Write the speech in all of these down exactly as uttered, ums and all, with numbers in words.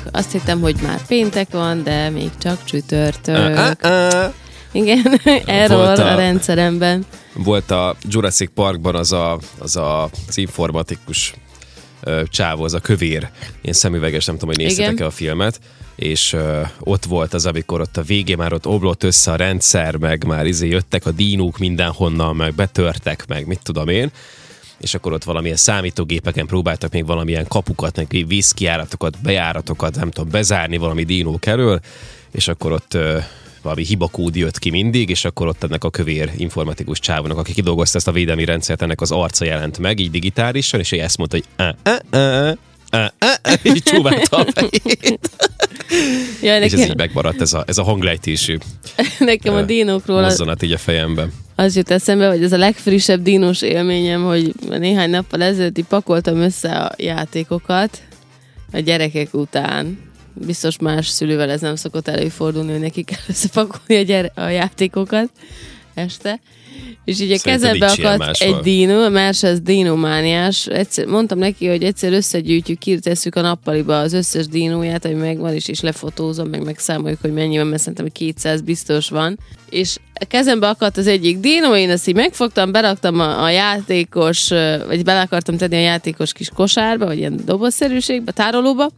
Azt hittem, hogy már péntek van, de még csak csütörtök. Uh, uh, uh. Igen, error a, a rendszeremben. Volt a Jurassic Parkban az a, az, a, az informatikus ö, csávó, az a kövér, ilyen szemüveges, nem tudom, hogy néztétek-e a filmet, és ö, ott volt az, amikor ott a végén már ott oblott össze a rendszer, meg már izé jöttek a dínók mindenhonnan, meg betörtek, meg mit tudom én, és akkor ott valamilyen számítógépeken próbáltak még valamilyen kapukat, meg vízkijáratokat, bejáratokat, nem tudom, bezárni valami dínók elől, és akkor ott ö, valami hibakód jött ki mindig, és akkor ott ennek a kövér informatikus csávónak, aki kidolgozta ezt a védelmi rendszert, ennek az arca jelent meg, így digitálisan, és ő ezt mondta, hogy így csúválta a fejét. Ja, és ez így megmaradt, ez a, ez a hanglejtésű nekem a dínókról mozzanat így a fejemben. Az jut eszembe, hogy ez a legfrissebb dínos élményem, hogy néhány nappal ezelőtt pakoltam össze a játékokat a gyerekek után. Biztos más szülővel ez nem szokott előfordulni, hogy neki kell összepakolni a, gyere- a játékokat este. És így a kezembe akadt egy dínó, a Merses dínomániás. Egyszer, mondtam neki, hogy egyszer összegyűjtjük, kirtesszük a nappaliba az összes dínóját, ami megvan, és, és lefotózom, meg megszámoljuk, hogy mennyi van, mert szerintem, hogy kétszáz biztos van. És a kezembe akadt az egyik dínó, én ezt így megfogtam, beraktam a, a játékos, vagy bele akartam tenni a játékos kis kosárba, vagy ilyen dobozszerűségbe, tárolóba,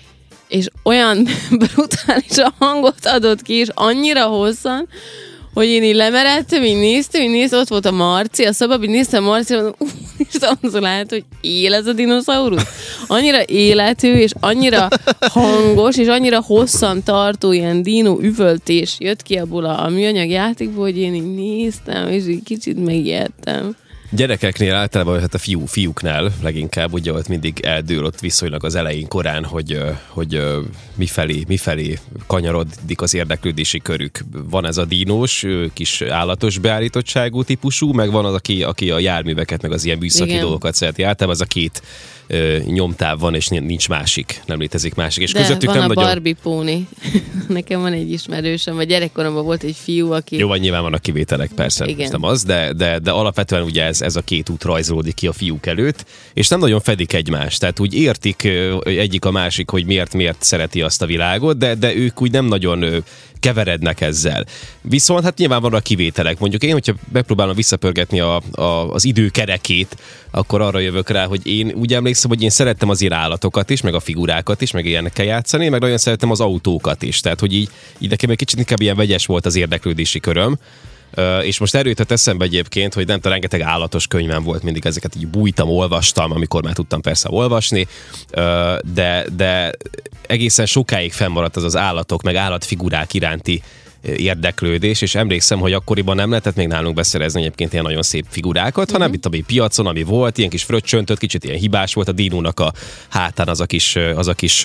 és olyan brutális a hangot adott ki, és annyira hosszan, hogy én így lemeredtem, így néztem, így néztem, ott volt a Marci, a szobában, így néztem a Marci, mondom, úristen, azon lehet, hogy él ez a dinoszaurusz. Annyira életű, és annyira hangos, és annyira hosszan tartó ilyen dino üvöltés jött ki abból a, a műanyag játékból, hogy én így néztem, és így kicsit megijedtem. Gyerekeknél általában, hát a fiú, fiúknál leginkább, ugye ott mindig eldől ott viszonylag az elején korán, hogy, hogy mifelé, mifelé kanyarodik az érdeklődési körük. Van ez a dínós, kis állatos beállítottságú típusú, meg van az, aki, aki a járműveket, meg az ilyen műszaki Igen. dolgokat szereti. Általában az a két ö, nyomtáv van, és nincs másik, nem létezik másik. És de közöttük van nem a nagyon... Barbie póni. Nekem van egy ismerősöm, vagy gyerekkoromban volt egy fiú, aki... Jó, van, nyilván vannak kivételek, persze, Igen. nem az, de, de, de alapvetően ugye ez, ez a két út rajzolódik ki a fiúk előtt, és nem nagyon fedik egymást. Tehát úgy értik egyik a másik, hogy miért, miért szereti azt a világot, de, de ők úgy nem nagyon keverednek ezzel. Viszont hát nyilván vannak kivételek. Mondjuk én, hogyha megpróbálom visszapörgetni a, a, az időkerekét, akkor arra jövök rá, hogy én úgy emlékszem, hogy én szerettem az állatokat is, meg a figurákat is, meg ilyenekkel játszani, meg nagyon szerettem az autókat is. Tehát, hogy így, így nekem egy kicsit inkább ilyen vegyes volt az érdeklődési köröm. Uh, és most erről jutott eszembe egyébként, hogy nem tudom, rengeteg állatos könyvem volt, mindig ezeket így bújtam, olvastam, amikor már tudtam persze olvasni, uh, de, de egészen sokáig fennmaradt az az állatok, meg állatfigurák iránti érdeklődés, és emlékszem, hogy akkoriban nem lehetett még nálunk beszerezni egyébként ilyen nagyon szép figurákat, mm-hmm. hanem itt a piacon, ami volt, ilyen kis fröccsöntött, kicsit ilyen hibás volt, a dinónak a hátán az a kis, az a kis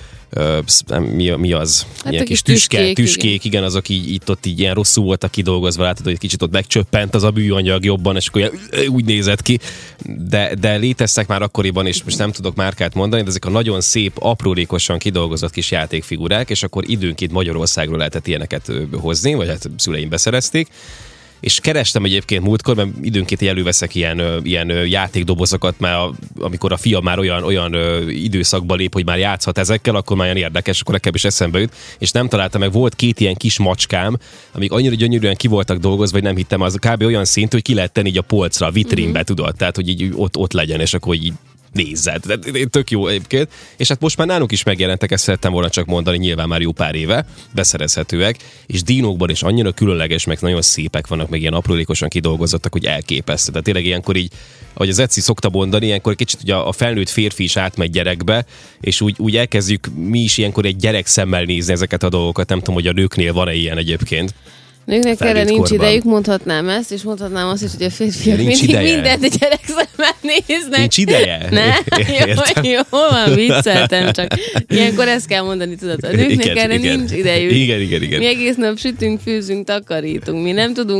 Uh, mi, mi az? Hát ilyen kis tüske, tüskék, tüskék igen. igen, azok így itt ott így ilyen rosszul voltak kidolgozva, látod, hogy kicsit ott megcsöppent az a műanyag jobban, és akkor ilyen, úgy nézett ki. De, de léteztek már akkoriban, és most nem tudok márkát mondani, de ezek a nagyon szép, aprólékosan kidolgozott kis játékfigurák, és akkor időnként Magyarországról lehetett ilyeneket hozni, vagy hát szüleim beszerezték. És kerestem egyébként múltkor, mert időnként előveszek ilyen, ilyen játékdobozokat, már a, amikor a fiam már olyan, olyan időszakba lép, hogy már játszhat ezekkel, akkor már olyan érdekes, akkor nekem is eszembe jut, és nem találtam meg, volt két ilyen kis macskám, amik annyira gyönyörűen ki voltak dolgozva, hogy nem hittem, az kb. Olyan szint, hogy ki lehet tenni így a polcra, a vitrínbe, uh-huh. tudod, tehát hogy így ott, ott legyen, és akkor így nézzed. De tök jó egyébként. És hát most már nálunk is megjelentek, ezt szerettem volna csak mondani, nyilván már jó pár éve, beszerezhetőek, és dínókban is annyira különleges, meg nagyon szépek vannak, meg ilyen aprólékosan kidolgozottak, hogy elképesztő. Tehát tényleg ilyenkor így, ahogy az Eci szokta mondani, ilyenkor kicsit ugye a felnőtt férfi is átmegy gyerekbe, és úgy, úgy elkezdjük mi is ilyenkor egy gyerek szemmel nézni ezeket a dolgokat. Nem tudom, hogy a nőknél van-e ilyen egyébként. Nőknek erre nincs idejük, mondhatnám ezt, és mondhatnám azt is, hogy a férfiak mindig ideje. mindent a gyerek szemmel néznek. Nincs ideje? Ne, jó, jó, van, vicceltem csak. Ilyenkor ezt kell mondani, tudod, a nőknek igen, erre igen. nincs idejük. Igen, igen, igen. Mi egész nap sütünk, főzünk, takarítunk, mi nem tudunk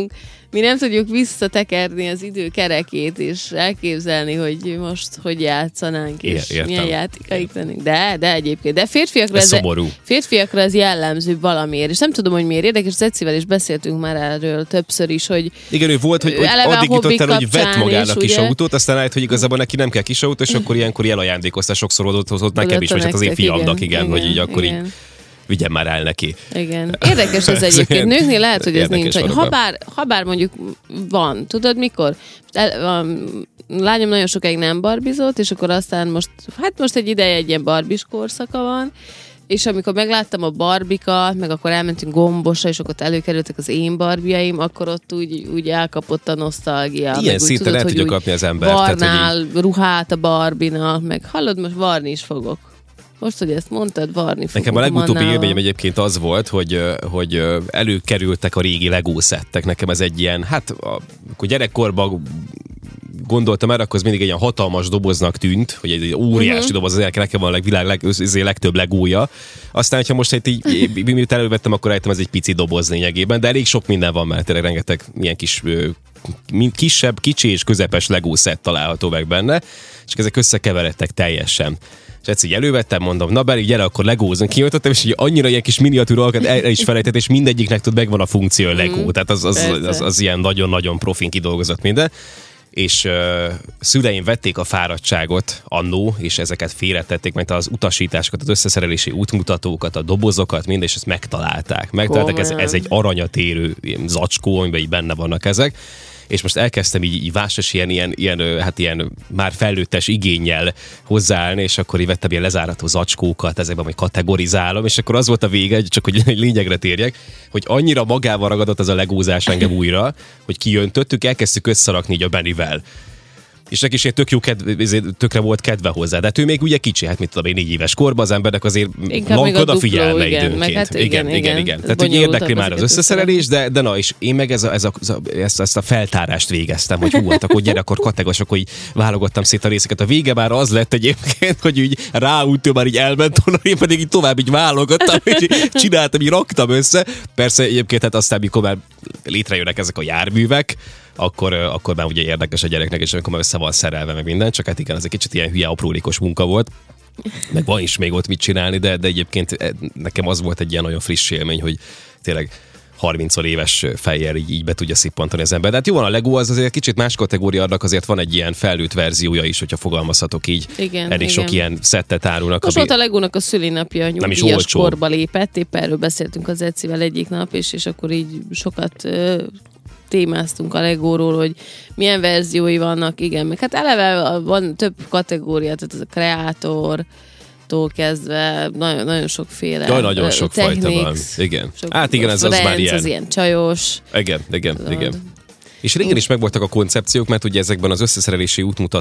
mi nem tudjuk visszatekerni az idő kerekét, és elképzelni, hogy most hogy játszanánk, és Értem. milyen játékaik lennénk. De, de egyébként. De férfiakra ez, ez, férfiakra ez jellemző valamiért, és nem tudom, hogy miért érdekes, Zecivel is beszéltünk már erről többször is, hogy igen, ő volt, hogy, hogy addig jutott el, hogy vett magának kis autót, aztán állt, hogy igazából neki nem kell kis autó, és akkor ilyenkor elajándékozta, sokszor odahozott nekem is, vagy hát az én fiamnak, igen, igen, hogy így akkor igen. így vigyen már el neki. Igen. Érdekes ez egyébként. Nőknél lehet, hogy ez nincs. Hogy ha, bár, ha bár mondjuk van, tudod mikor? El, a lányom nagyon sokáig nem barbizott, és akkor aztán most, hát most egy ideje egy ilyen barbis korszaka van, és amikor megláttam a barbikat, meg akkor elmentünk Gombosra, és akkor ott előkerültek az én barbiaim, akkor ott úgy, úgy elkapott a nosztalgia. Ilyen szinten el tudja kapni az ember. Varnál így... ruhát a Barbinak, meg hallod, most varni is fogok. Most, hogy ezt mondtad, varni fogok. Nekem a legutóbbi élményem egyébként az volt, hogy, hogy előkerültek a régi Lego szettek. Nekem ez egy ilyen, hát akkor gyerekkorban gondoltam erre, akkor az mindig egy ilyen hatalmas doboznak tűnt, hogy egy óriási uh-huh. doboz, azért nekem van a világ leg, legtöbb legója. Aztán, hogyha most egy így, miután elővettem, akkor rájöttem, ez egy pici doboz lényegében, de elég sok minden van, mert tényleg rengeteg ilyen kis kisebb, kicsi és közepes Lego szett található meg benne, és ezek összekeveredtek teljesen. És egyszer így elővettem, mondom, na Beri, gyere, akkor legózunk. Kinyitottam, és így annyira ilyen kis miniatúralakat el, el is felejtett, és mindegyiknek tud megvan a funkció, Lego. Mm, tehát az, az, az, az, az ilyen nagyon-nagyon profin kidolgozott minden. És uh, szüleim vették a fáradtságot annó, és ezeket félretették, mert az utasításokat, az összeszerelési útmutatókat, a dobozokat, mind, és ezt megtalálták. Megtalálták, ez, ez egy aranyat érő zacskó, amiben így benne vannak ezek. És most elkezdtem így, így vásos ilyen, ilyen, ilyen, hát ilyen már felnőttes igénnyel hozzáállni, és akkor így vettem ilyen lezárató zacskókat, ezekben majd kategorizálom, és akkor az volt a vége, csak hogy lényegre térjek, hogy annyira magával ragadott ez a legózás engem újra, hogy kijöntöttük, elkezdtük összerakni így a Bennivel. És neki is egy tök jó kedve, tökre volt kedve hozzá. De hát ő még ugye kicsi, hát mit tudom én, négy éves korban az embernek azért lankad a figyelme időnként. Hát igen, igen, igen, igen, igen. Tehát, hogy érdekli már az összeszerelés, de, de na, és én meg ez a, ez a, ezt, ezt a feltárást végeztem, hogy hú, hát akkor gyere, akkor kategos, akkor így válogattam szét a részeket. A vége már az lett egyébként, hogy így ráútő már így elment onnan, én pedig így tovább így válogattam, és csináltam, így raktam össze. Persze egyébként hát aztán, mikor már létrejönnek ezek a járművek, akkor, akkor már ugye érdekes a gyereknek, és amikor már össze van szerelve, meg minden, csak hát igen, ez egy kicsit ilyen hülye aprólékos munka volt. Meg van is még ott mit csinálni, de, de egyébként nekem az volt egy ilyen nagyon friss élmény, hogy tényleg harminc éves fejjel így, így be tudja szippantani az ember. De hát jó van, a Lego az azért kicsit más kategória, annak azért van egy ilyen felnőtt verziója is, hogyha fogalmazhatok így. Igen, elég igen. Sok ilyen szettet árulnak. Most volt a Legónak a szülinapja, nyugdíjas korba lépett, épp erről beszéltünk az Ecivel egyik nap, és, és akkor így sokat ö, témáztunk a Legóról, hogy milyen verziói vannak, igen, meg hát eleve van több kategória, tehát az a kreátor, tól kezdve nagyon, nagyon sokféle Jaj, nagyon sok fajta van. Igen. Sok, hát igen, ez Friends, az már ilyen. Az ilyen csajos. Igen, igen, Zod. igen. És régen is megvoltak a koncepciók, mert ugye ezekben az összeszerelési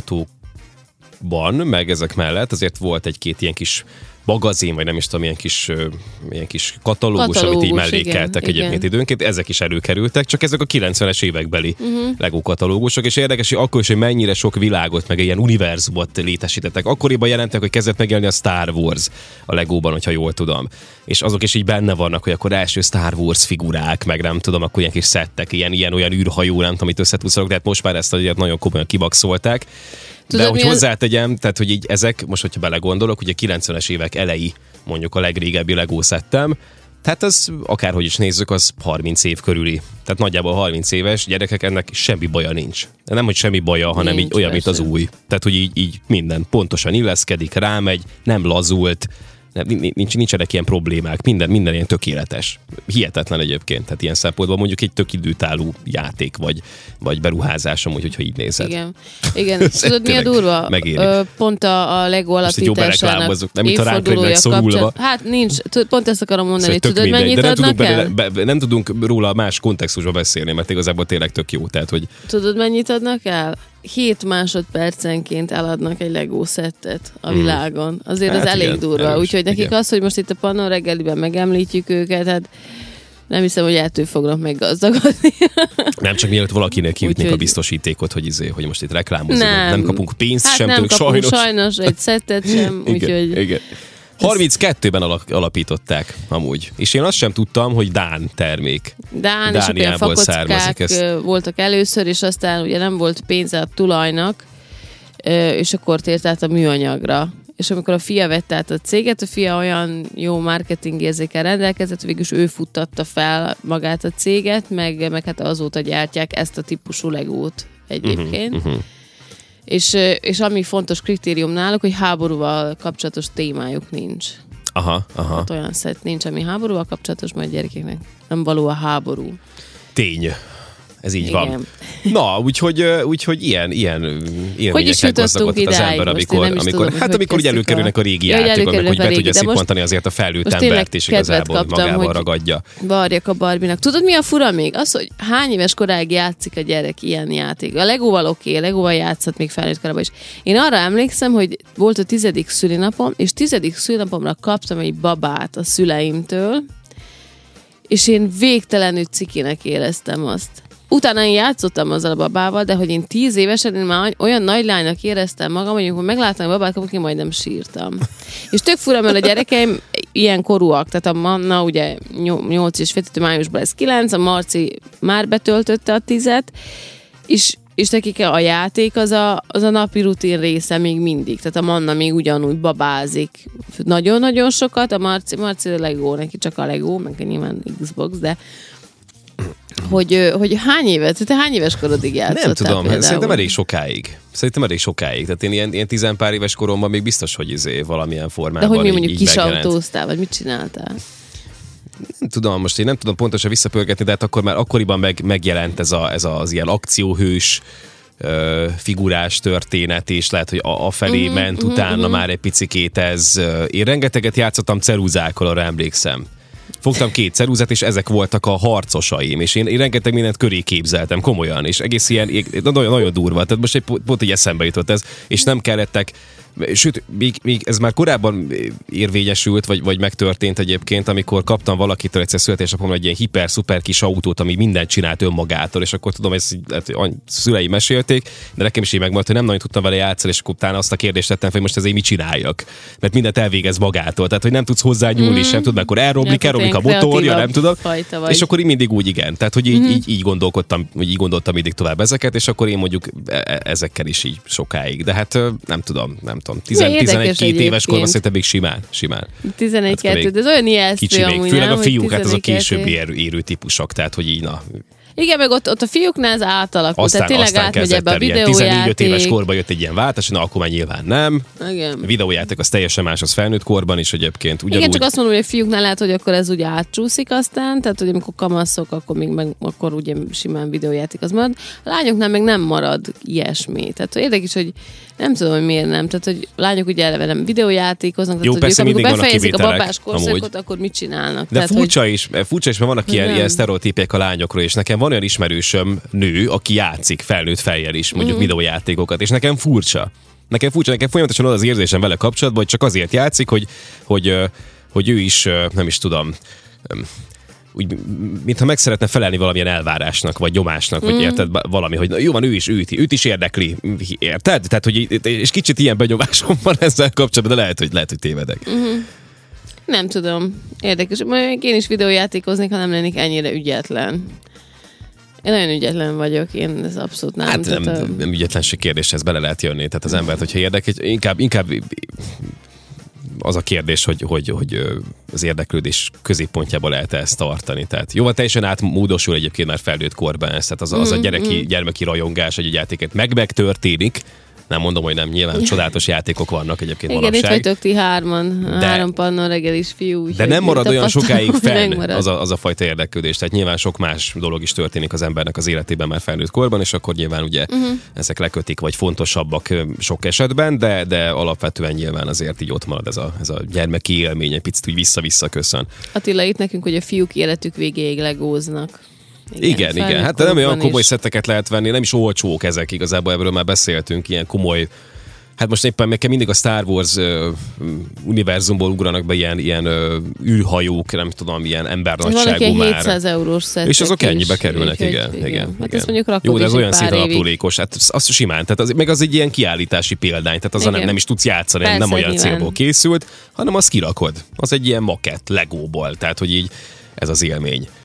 útmutatókban, meg ezek mellett azért volt egy-két ilyen kis magazin, vagy nem is tudom, ilyen kis, ilyen kis katalógus, katalógus, amit így mellékeltek igen, egyébként igen. időnként, ezek is előkerültek, csak ezek a kilencvenes évekbeli uh-huh. Lego katalógusok, és érdekes, hogy akkor is, hogy mennyire sok világot, meg ilyen univerzumot létesítettek. Akkoriban jelentek, hogy kezdett megjelenni a Star Wars a Legóban, hogyha jól tudom. És azok is így benne vannak, hogy akkor első Star Wars figurák, meg nem tudom, akkor ilyen kis szettek, ilyen, ilyen olyan űrhajó, nem tudom, amit összetúszolok, de hát most már ezt azért nagyon komolyan kibakszolták. Tudod, de hogy milyen... hozzátegyem, tehát hogy így ezek, most hogyha belegondolok, ugye kilencvenes évek elejé, mondjuk a legrégebbi Lego szettem, tehát az akárhogy is nézzük, az harminc év körüli. Tehát nagyjából harminc éves gyerekek, ennek semmi baja nincs. Nem, hogy semmi baja, hanem nincs, így olyan, mint az új. Tehát, hogy így, így minden pontosan illeszkedik, rámegy, nem lazult, nincs, nincsenek ilyen problémák, minden, minden ilyen tökéletes. Hihetetlen egyébként, tehát ilyen szempontból mondjuk egy tök időtálló játék, vagy, vagy beruházásom, úgy, hogyha így nézed. Igen, igen. Tudod, mi a durva? Ö, pont a, a Lego alapításának évfordulója kapcsán. Hát nincs, pont ezt akarom mondani, szóval tudod, mennyit nem adnak tudunk el? Be, be, nem tudunk róla más kontextusba beszélni, mert igazából tényleg tök jó. Tehát, hogy... Tudod, mennyit adnak el? hét másodpercenként eladnak egy Lego szettet a világon. Azért hát az elég igen, durva. Úgyhogy nekik igen. Az, hogy most itt a Pannon reggeliben megemlítjük őket, hát nem hiszem, hogy ettől fognak meggazdagodni. Nem, csak mielőtt valakinek kiütnék a biztosítékot, hogy, izé, hogy most itt reklámozzuk, nem. nem kapunk pénzt hát sem nem tőlük, kapunk sajnos. sajnos egy szettet sem, igen, úgyhogy... Igen. harminckettőben alapították amúgy. És én azt sem tudtam, hogy dán termék. Dán, és akkor ilyen fakockák ezt... voltak először, és aztán ugye nem volt pénze a tulajnak, és akkor tért át a műanyagra. És amikor a fia vette át a céget, a fia olyan jó marketingérzékkel rendelkezett, végülis ő futtatta fel magát a céget, meg, meg hát azóta gyártják ezt a típusú legót egyébként. Uh-huh, uh-huh. És, és ami fontos kritérium náluk, hogy háborúval kapcsolatos témájuk nincs. Aha, aha. Hát olyan szett nincs, ami háborúval kapcsolatos, majd gyerekeknek nem való a háború. Tény. Ez így igen. van. Na, úgyhogy, úgyhogy ilyen, ilyen élményekkel gazdagodhat az ember, amikor, amikor tudom, hát amikor ugye előkerülnek a, a régi ja, játékok, meg hogy be tudja szippantani azért a felnőtt embert, és igazából kaptam, magával ragadja. Varjak a Barbinak. Tudod, mi a fura még? Az, hogy hány éves koráig játszik a gyerek ilyen játék. A Legóval oké, okay, Legóval játszhat még felnőtt korában is. Én arra emlékszem, hogy volt a tizedik szülinapom, és tizedik szülinapomra kaptam egy babát a szüleimtől, és én végtelenül cikinek éreztem azt. Utána én játszottam azzal a babával, de hogy én tíz évesen én már olyan nagy lánynak éreztem magam, hogy amikor megláttam a babát, akkor én majdnem sírtam. És tök fura, mert a gyerekeim ilyen korúak, tehát a Manna ugye nyolc és fél, májusban ez kilenc, a Marci már betöltötte a tizet, és, és nekik a játék az a, az a napi rutin része még mindig. Tehát a Manna még ugyanúgy babázik nagyon-nagyon sokat, a Marci, Marci a Lego, neki csak a Lego, meg nyilván Xbox, de Hogy, hogy hány évet, te hány éves korodig játszottál? Nem tudom, például? Szerintem elég sokáig. Szerintem elég sokáig. Tehát én ilyen, ilyen tizenpár éves koromban még biztos, hogy izé valamilyen formában de hogy mi mondjuk így kis autóztál, vagy mit csináltál? Nem tudom, most én nem tudom pontosan visszapörgetni, de hát akkor már akkoriban meg, megjelent ez, a, ez az ilyen akcióhős uh, figurás történet, és lehet, hogy a, a felé uh-huh, ment uh-huh, utána uh-huh. már egy picikét ez. Én rengeteget játszottam ceruzákkal, arra emlékszem. Fogtam két ceruzát, és ezek voltak a harcosaim, és én, én rengeteg mindent köré képzeltem, komolyan, és egész ilyen, nagyon, nagyon durva. Tehát most egy pont egy eszembe jutott ez, és nem kellettek, sőt, még, még ez már korábban érvényesült, vagy, vagy megtörtént egyébként, amikor kaptam valakitől egyszer születésnapomra egy ilyen hiper-szuper kis autót, ami mindent csinált önmagától, és akkor tudom, ezt a szüleim mesélték, de nekem is így megmaradt, hogy nem nagyon tudtam vele játszani, és akkor utána azt a kérdést tettem fel, hogy most ezért mit csináljak. Mert mindent elvégez magától, tehát hogy nem tudsz hozzá nyúlni, mm. sem tud, akkor elroblik, elroblik a motorja, nem tudom. És akkor így mindig úgy igen. Tehát, hogy így, mm. így, így gondolkodtam, hogy így gondoltam mindig tovább ezeket, és akkor én mondjuk ezekkel is így sokáig. De hát nem tudom, nem tudom. tizenegy-két éves korban szerintem még simán. simán. tizenegy-kettő, hát de ez olyan ijesztő amúgy, főleg a fiúk, hát az a későbbi érő, érő típusok, tehát hogy így na. Igen, meg ott, ott a fiúknál ez átalakult, tehát tényleg átmegy ebbe a videójáték. tizennégy-öt éves korban jött egy ilyen váltás, na akkor már nyilván nem. Igen. A videójáték az teljesen más, az felnőtt korban is egyébként. Ugyanúgy... Igen, csak azt mondom, hogy a fiúknál lehet, hogy akkor ez ugye átcsúszik aztán, tehát hogy amikor kamaszok, akkor még meg, akkor ugye simán videójáték az marad. A lányoknál meg nem marad ilyesmi. Tehát érdekes, hogy nem tudom, hogy miért nem. Tehát, hogy lányok ugye eleve nem videójátékoznak, jó, tehát, hogy ők, amikor befejezik a kivételek, babás korszakot, akkor mit csinálnak? De tehát, furcsa, hogy... is, furcsa is, mert vannak ilyen, ilyen sztereotípiek a lányokról, és nekem van olyan ismerősöm nő, aki játszik felnőtt fejjel is, mondjuk mm. videójátékokat, és nekem furcsa. Nekem furcsa, nekem folyamatosan az az érzésem vele kapcsolatban, hogy csak azért játszik, hogy, hogy, hogy ő is, nem is tudom, úgy, mintha meg szeretne felelni valamilyen elvárásnak, vagy nyomásnak, mm. vagy érted valami, hogy na, jó van, ő is, őt, őt is érdekli, érted? Tehát, hogy, és kicsit ilyen benyomásom van ezzel kapcsolatban, de lehet, hogy, lehet, hogy tévedek. Mm-hmm. Nem tudom. Érdekes. Majd én is videójátékoznék, ha nem lennék ennyire ügyetlen. Én nagyon ügyetlen vagyok, én ez abszolút nem. Hát nem, a... nem ügyetlenség kérdéshez bele lehet jönni, tehát az embert, hogyha érdekel, inkább, inkább az a kérdés, hogy, hogy, hogy az érdeklődés középpontjába lehet ezt tartani. Tehát jó, teljesen átmódosul egyébként már felnőtt korban ez, tehát az, az a gyereki, gyermeki rajongás, hogy a játéket meg megtörténik. Nem mondom, hogy nem, nyilván csodálatos játékok vannak egyébként igen, manapság. Igen, itt vagytok ti hárman, de, három pannon reggelis fiú. De nem marad olyan sokáig fenn az a, az a fajta érdeklődés. Tehát nyilván sok más dolog is történik az embernek az életében már felnőtt korban, és akkor nyilván ugye uh-huh. ezek lekötik, vagy fontosabbak sok esetben, de, de alapvetően nyilván azért így ott marad ez a, ez a gyermeki élmény, egy picit úgy vissza-vissza köszön. Attila, itt nekünk, hogy a fiúk életük végéig legóznak. Igen, igen, igen. Hát nem olyan komoly is. Szetteket lehet venni, nem is olcsók ezek, igazából ebből már beszéltünk, ilyen komoly Hát most éppen nekem mindig a Star Wars uh, univerzumból ugranak be ilyen, ilyen uh, űrhajók, nem tudom, ilyen embernagyságú már. hétszáz eurós szettek. És azok ennyibe kerülnek, így, igen. igen. igen, Hát igen. ezt mondjuk rakod jó, de ez olyan szinten évig. aprólékos, hát az simán. Tehát az, meg az egy ilyen kiállítási példány, tehát azzal nem, nem is tudsz játszani, Persze, nem olyan nyilván. Célból készült, hanem azt kirakod. Az egy ilyen makett, Legóból, tehát hogy így ez az élmény.